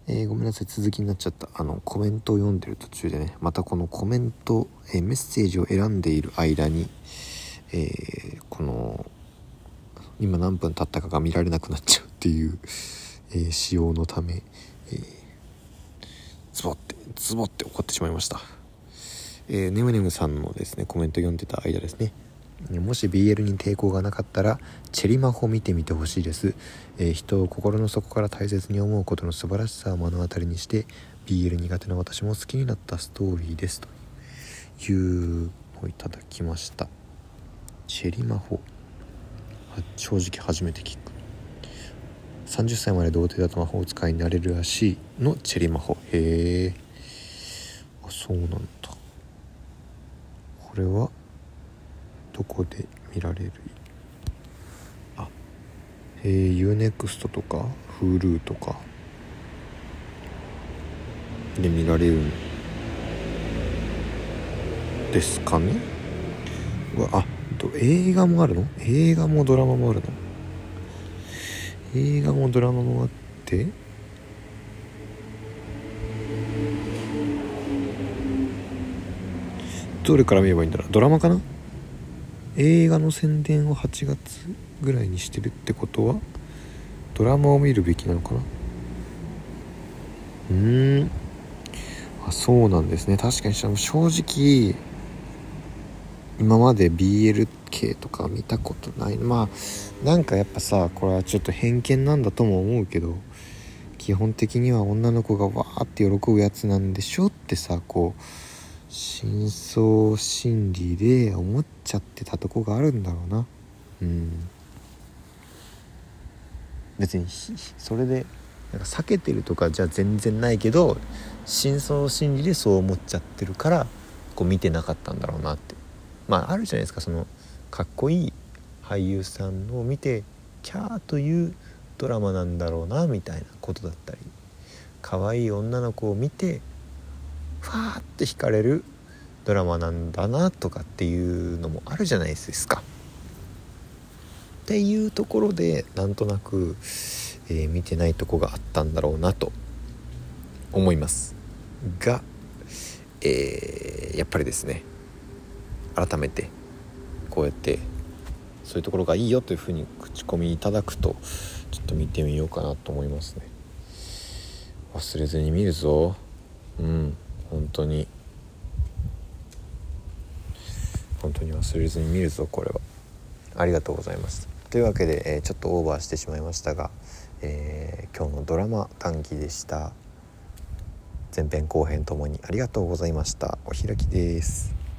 ごめんなさい、続きになっちゃった。コメントを読んでる途中でね、またこのコメント、メッセージを選んでいる間に、この今何分経ったかが見られなくなっちゃうっていう、仕様のため、ズボって怒ってしまいました。ねむねむさんのですねコメント読んでた間ですね、もし BL に抵抗がなかったらチェリマホ見てみてほしいです。人を心の底から大切に思うことの素晴らしさを目の当たりにして BL 苦手な私も好きになったストーリーですというのをいただきました。チェリマホ、正直初めて聞く。30歳まで童貞だと魔法使いになれるらしいのチェリマホ。へえ、そうなんだ。これはどこで見られる？UNEXT とか Hulu とかで見られるんですかね。映画もあるの？映画もドラマもあるの？映画もドラマもあって、どれから見ればいいんだろう。ドラマかな。映画の宣伝を8月ぐらいにしてるってことはドラマを見るべきなのかな。そうなんですね。確かに正直今まで BL 系とか見たことない。なんかやっぱさ、これはちょっと偏見なんだとも思うけど、基本的には女の子がわーって喜ぶやつなんでしょってさ、こう深層心理で思っちゃってたとこがあるんだろうな。別にそれでなんか避けてるとかじゃ全然ないけど、深層心理でそう思っちゃってるからこう見てなかったんだろうなって。あるじゃないですか、そのかっこいい俳優さんを見てキャーというドラマなんだろうなみたいなことだったり、可愛い女の子を見てファーって惹かれるドラマなんだなとかっていうのもあるじゃないですか。っていうところでなんとなく、見てないとこがあったんだろうなと思いますが、やっぱりですね、改めてこうやってそういうところがいいよというふうに口コミいただくとちょっと見てみようかなと思いますね。忘れずに見るぞ。本当に忘れずに見るぞ。これはありがとうございます。というわけで、ちょっとオーバーしてしまいましたが、今日のドラマ短期でした。前編後編ともにありがとうございました。お開きです。